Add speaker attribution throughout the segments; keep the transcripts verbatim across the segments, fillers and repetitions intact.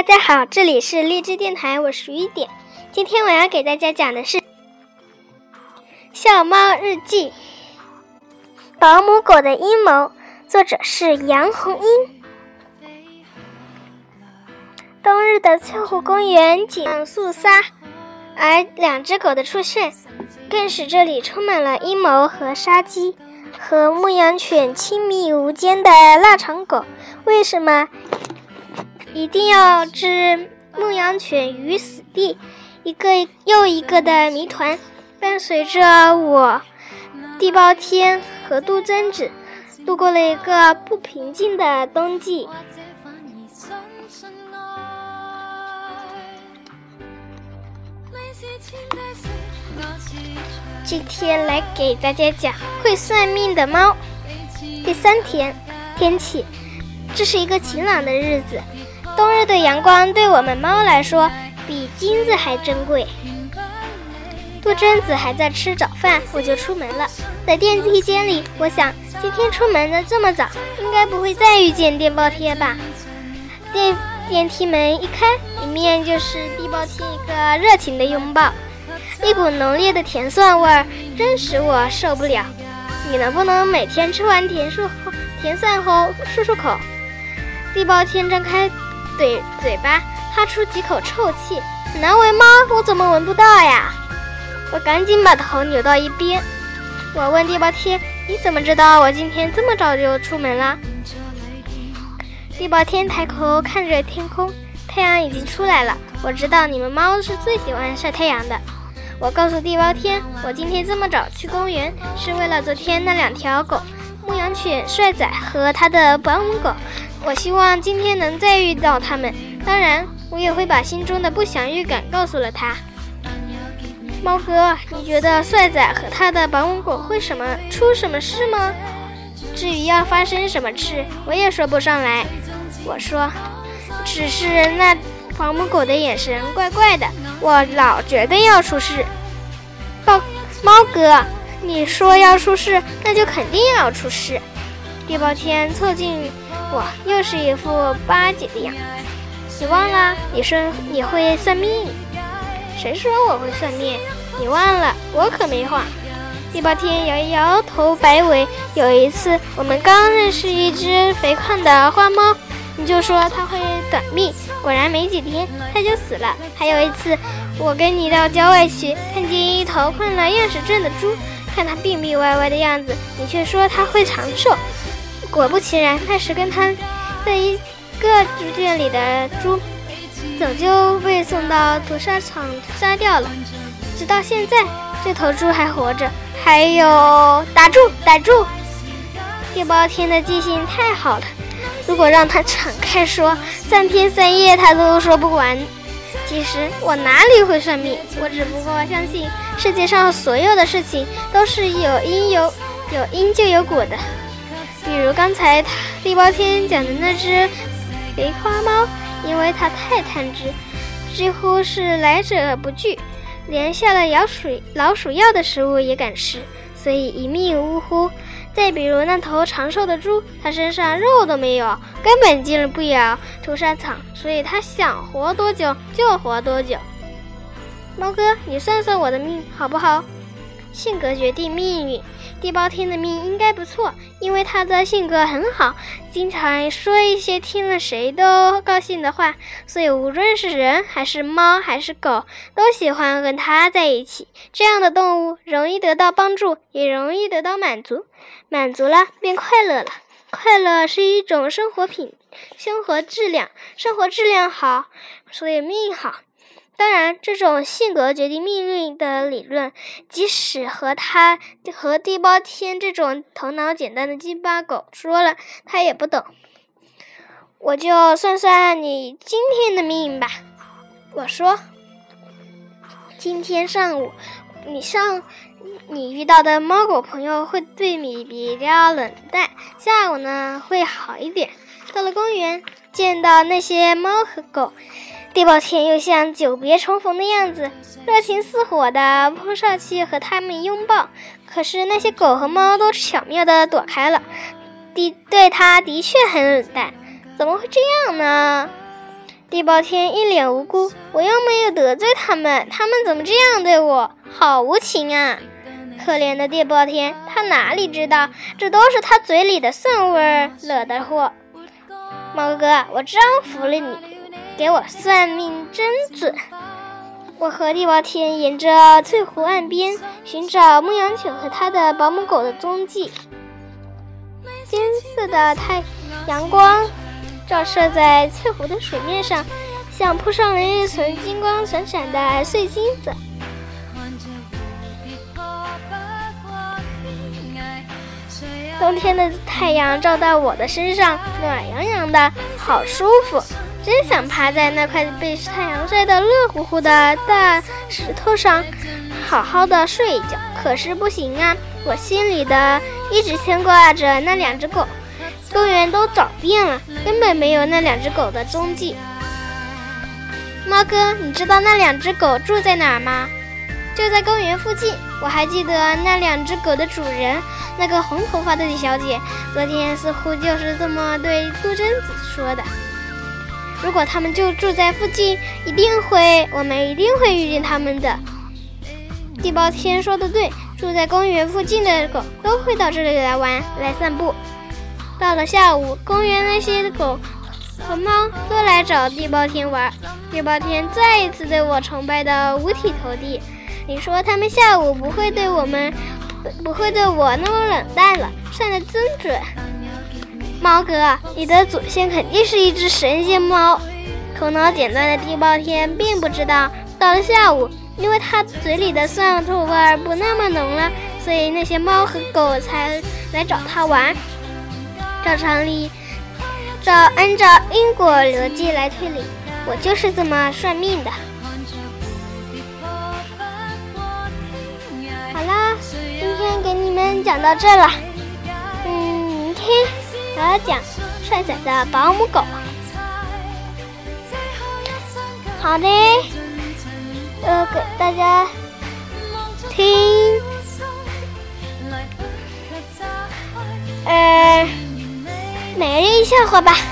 Speaker 1: 大家好，这里是荔枝电台，我是雨点。今天我要给大家讲的是《笑猫日记》，保姆狗的阴谋，作者是杨红英。冬日的翠湖公园景象肃杀，而两只狗的出现更使这里充满了阴谋和杀机。和牧羊犬亲密无间的腊肠狗，为什么一定要置牧羊犬于死地？一个又一个的谜团伴随着我地包天和杜真子度过了一个不平静的冬季。今天来给大家讲会算命的猫。第三天，天气，这是一个晴朗的日子。冬日的阳光对我们猫来说比金子还珍贵。杜真子还在吃早饭，我就出门了。在电梯间里，我想今天出门的这么早，应该不会再遇见电报贴吧。电电梯门一开，里面就是地包贴一个热情的拥抱。一股浓烈的甜蒜味儿真使我受不了。你能不能每天吃完甜树后甜蒜后漱漱口？地包天张开嘴嘴巴，哈出几口臭气。难为吗？我怎么闻不到呀？我赶紧把头扭到一边。我问地包天：“你怎么知道我今天这么早就出门了？”地包天抬头看着天空，太阳已经出来了。我知道你们猫是最喜欢晒太阳的。我告诉地包天，我今天这么早去公园是为了昨天那两条狗，牧羊犬帅仔和他的保姆狗。我希望今天能再遇到他们，当然我也会把心中的不祥预感告诉了他。猫哥，你觉得帅仔和他的保姆狗会什么出什么事吗？至于要发生什么事，我也说不上来。我说，只是那保姆狗的眼神怪怪的，我老觉得要出事。猫猫哥，你说要出事，那就肯定要出事。地包天凑近我，又是一副巴结的样子。你忘了？你说你会算命。谁说我会算命？你忘了？我可没忘。地包天摇一摇头，摆尾。有一次，我们刚认识一只肥胖的花猫，你就说它会短命，果然没几天它就死了。还有一次，我跟你到郊外去，看见一头患了厌食症的猪，看它病病歪歪的样子，你却说它会长寿。果不其然，那时跟它在一个猪圈里的猪早就被送到屠杀场杀掉了，直到现在这头猪还活着。还有，打住打住，地包天的记性太好了，如果让他敞开说，三天三夜他都说不完。其实我哪里会算命，我只不过相信世界上所有的事情都是有因有有因就有果的。比如刚才地包天讲的那只肥花猫，因为它太贪吃，几乎是来者不拒，连下了老鼠老鼠药的食物也敢吃，所以一命呜呼。再比如那头长寿的猪，它身上肉都没有，根本进不了屠杀场，所以它想活多久就活多久。猫哥，你算算我的命好不好？性格决定命运，地包天的命应该不错，因为他的性格很好，经常说一些听了谁都高兴的话，所以无论是人还是猫还是狗，都喜欢跟他在一起。这样的动物容易得到帮助，也容易得到满足，满足了便快乐了。快乐是一种生活品，生活质量，生活质量好，所以命好。当然，这种性格决定命运的理论，即使和他和地包天这种头脑简单的鸡巴狗说了，他也不懂。我就算算你今天的命吧。我说，今天上午你上你遇到的猫狗朋友会对你比较冷淡，下午呢会好一点。到了公园，见到那些猫和狗，地包天又像久别重逢的样子，热情似火地扑上去和他们拥抱。可是那些狗和猫都巧妙地躲开了，的对他的确很冷淡。怎么会这样呢？ 地包天一脸无辜，我又没有得罪他们，他们怎么这样对我，好无情啊！可怜的地包天，他哪里知道这都是他嘴里的蒜味惹的祸。猫哥，我真服了你，给我算命真准。我和地包天沿着翠湖岸边寻找牧羊犬和他的保姆狗的踪迹。金色的太阳光照射在翠湖的水面上，像铺上了一层金光闪闪的碎金子。冬天的太阳照到我的身上，暖洋洋的，好舒服，真想趴在那块被太阳晒得热乎乎的大石头上好好的睡一觉。可是不行啊，我心里的一直牵挂着那两只狗，公园都找遍了，根本没有那两只狗的踪迹。猫哥，你知道那两只狗住在哪儿吗？就在公园附近。我还记得那两只狗的主人，那个红头发的李小姐，昨天似乎就是这么对杜真子说的。如果他们就住在附近，一定会，我们一定会遇见他们的。地包天说的对，住在公园附近的狗都会到这里来玩，来散步。到了下午，公园那些狗和猫都来找地包天玩，地包天再一次对我崇拜的五体投地。你说他们下午不会对我们不会对我那么冷淡了，算得真准。猫哥，你的祖先肯定是一只神仙猫。头脑简单的地包天并不知道，到了下午，因为他嘴里的蒜臭味不那么浓了，所以那些猫和狗才来找他玩。照常理，照按照因果逻辑来推理，我就是这么算命的。好啦，今天给你们讲到这了。嗯，明天我要讲帅仔的保姆狗。好的，呃，给大家听，呃，每日一笑话吧。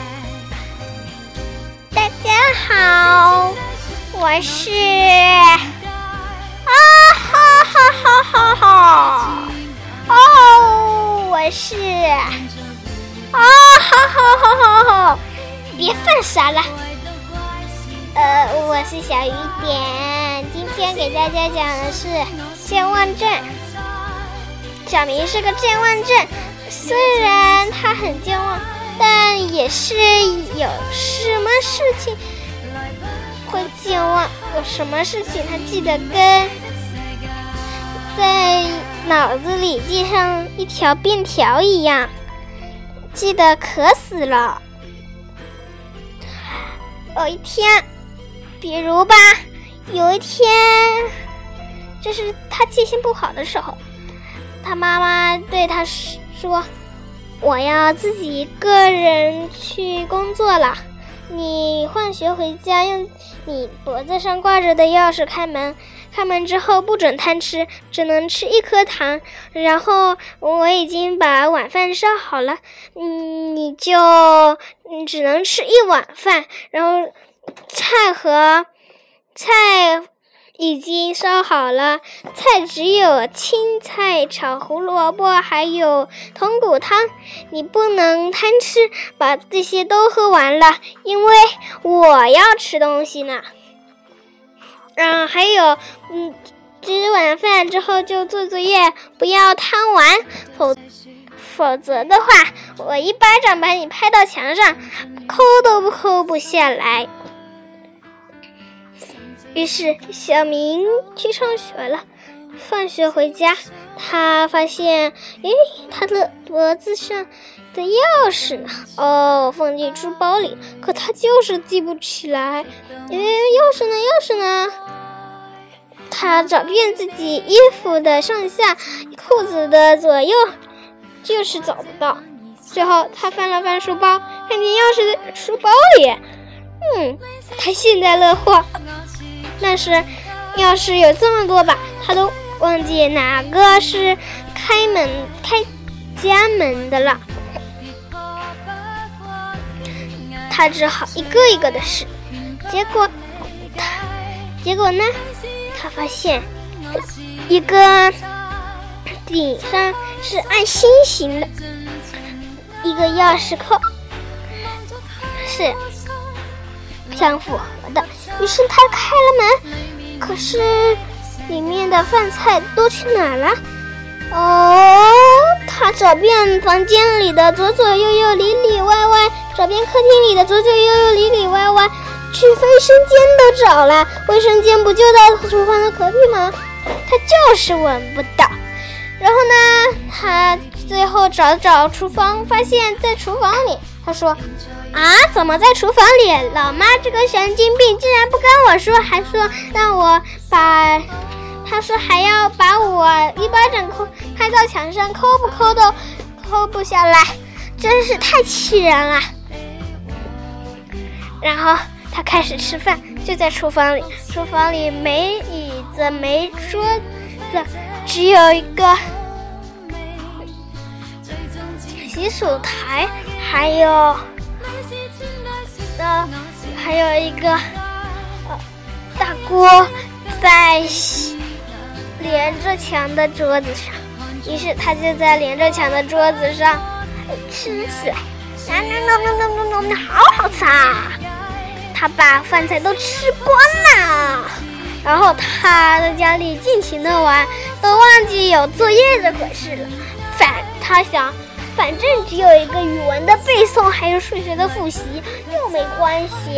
Speaker 1: 大家好，我是。啊哈哈哈哈哈！哦，我是啊哈哈哈哈哈！别犯傻了。呃，我是小雨点，今天给大家讲的是健忘症。小明是个健忘症，虽然他很健忘，但也是有什么事情会健忘，有什么事情他记得跟在脑子里记上一条便条一样，记得可死了。有一天，比如吧，有一天，就是他记性不好的时候，他妈妈对他说：“我要自己一个人去工作了，你放学回家用你脖子上挂着的钥匙开门，开门之后不准贪吃，只能吃一颗糖。然后我已经把晚饭烧好了，嗯，你就嗯只能吃一碗饭，然后菜和菜已经烧好了，菜只有青菜炒胡萝卜还有豚骨汤，你不能贪吃，把这些都喝完了，因为我要吃东西呢。嗯，还有嗯，吃晚饭之后就做作业，不要贪玩，否否则的话我一巴掌把你拍到墙上，抠都不抠不下来。”于是小明去上学了，放学回家，他发现，诶，他的脖子上的钥匙呢？哦，放进书包里，可他就是记不起来。诶，钥匙呢？钥匙呢？他找遍自己衣服的上下、裤子的左右，就是找不到。最后他翻了翻书包，看见钥匙在书包里。嗯，他幸灾乐祸。但是钥匙有这么多把，他都忘记哪个是开门开家门的了。他他只好一个一个的试。结果他结果呢他发现一个顶上是按心形的一个钥匙扣是相符合的，于是他开了门，可是里面的饭菜都去哪了？哦，他找遍房间里的左左右右里里外外，找遍客厅里的左左右右里里外外，去卫生间都找了，卫生间不就在厨房的隔壁吗？他就是闻不到。然后呢他最后找找厨房，发现在厨房里。他说啊，怎么在厨房里？老妈这个神经病竟然不跟我说，还说让我把他说还要把我一巴掌抠拍到墙上，抠不抠都抠不下来，真是太气人了。然后他开始吃饭，就在厨房里，厨房里没椅子没桌子，只有一个洗漱台，还有呃还有一个呃大锅在连着墙的桌子上。于是他就在连着墙的桌子上吃起来，好好吃啊！他把饭菜都吃光了，然后他在家里尽情的玩，都忘记有作业这回事了。反他想反正只有一个语文的背诵，还有数学的复习，又没关系。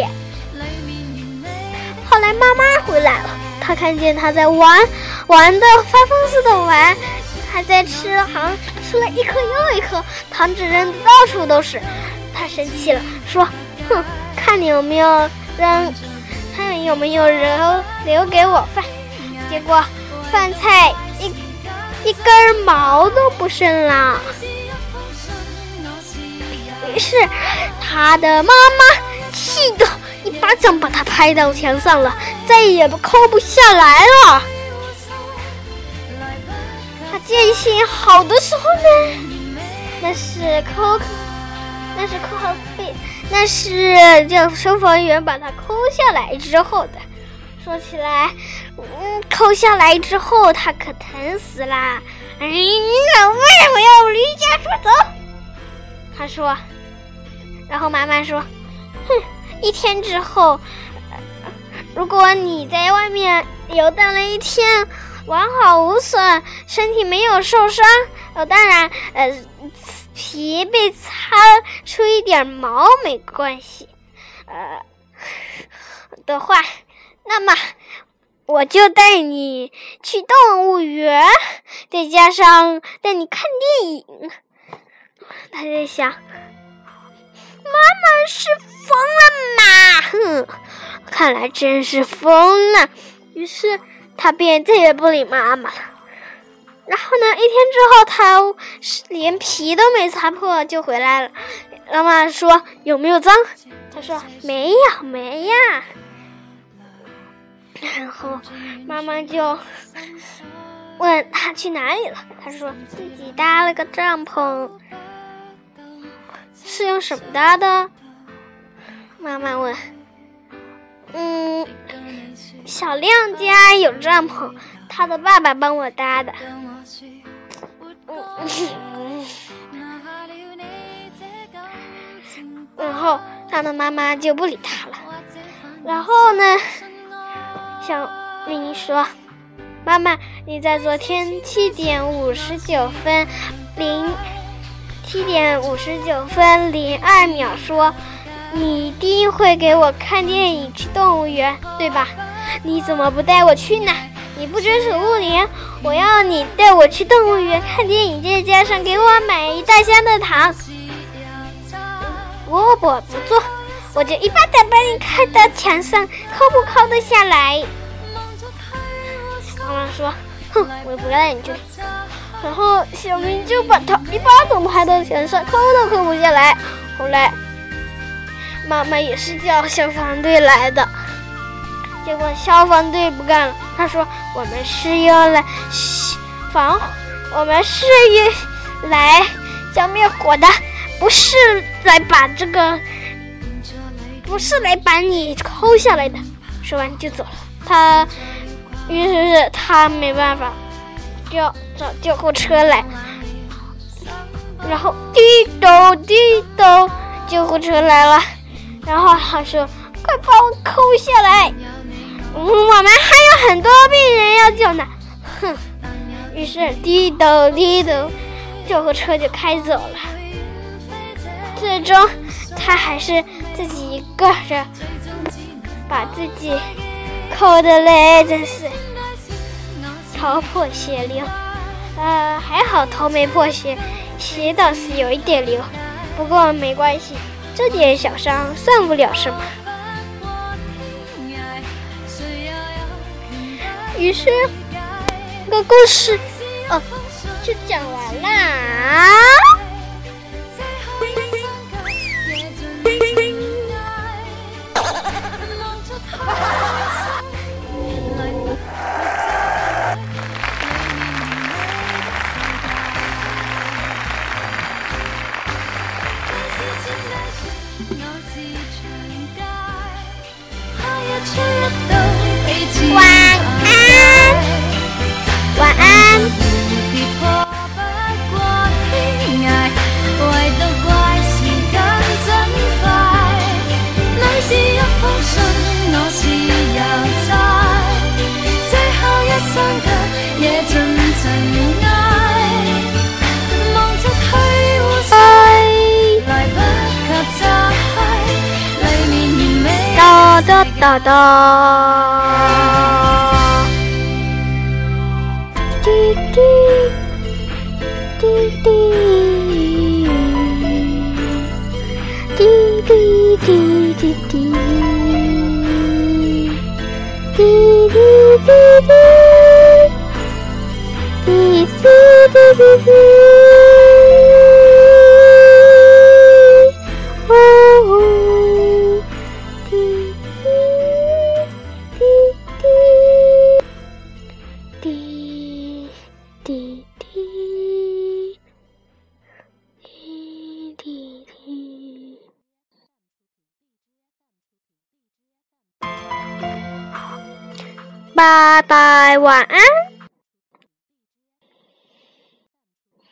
Speaker 1: 后来妈妈回来了，她看见他在玩，玩的发疯似的玩，还在吃，好像吃了一颗又一颗，糖纸扔的到处都是。她生气了，说：“哼，看你有没有扔，看你有没有人留给我饭。”结果饭菜一一根毛都不剩了。于是他的妈妈气得一巴掌把他拍到墙上了，再也抠不下来了。他记性好的时候呢，那是抠那是抠被那是就消防员把他抠下来之后的。说起来嗯，抠下来之后他可疼死啦。哎，你为什么要离家出走？他说。然后妈妈说，哼，一天之后，如果你在外面游荡了一天，完好无损，身体没有受伤，呃，当然，呃，皮被擦出一点毛没关系，呃的话，那么我就带你去动物园，再加上带你看电影。他在想，妈妈是疯了吗？哼，看来真是疯了。于是他便再也不理妈妈了。然后呢，一天之后，他连皮都没擦破就回来了。妈妈说有没有脏？他说没有没有。然后妈妈就问他去哪里了。他说自己搭了个帐篷。是用什么搭的？妈妈问。嗯，小亮家有帐篷，他的爸爸帮我搭的。嗯，然后他的妈妈就不理他了。然后呢，小明说：“妈妈，你在昨天七点五十九分零七点五十九分零二秒说，你一定会给我看电影去动物园，对吧？你怎么不带我去呢？你不遵守物联，我要你带我去动物园看电影，再加上给我买一大箱的糖。我不不做，我就一巴掌把你开到墙上，抠不抠得下来？”妈妈说：“哼，我也不带你去。”然后小明就把他一巴掌拍到墙上，抠都抠不下来。后来妈妈也是叫消防队来的，结果消防队不干了。他说：“我们是用来防，我们是来浇灭火的，不是来把这个不是来把你抠下来的。说完就走了。他于是他没办法，就要找救护车来。然后滴咚滴咚，救护车来了。然后他说：“快把我抠下来，嗯，我们还有很多病人要救呢。”哼。于是滴咚滴咚，救护车就开走了。最终他还是自己一个人把自己抠的嘞，真是头破血流。呃，还好头没破血，血倒是有一点流，不过没关系，这点小伤算不了什么。于是这个故事哦就讲完啦。晚安，晚安。哒哒哒，滴滴滴滴，滴滴滴滴滴，滴滴滴滴，滴滴滴滴滴。拜拜，晚安。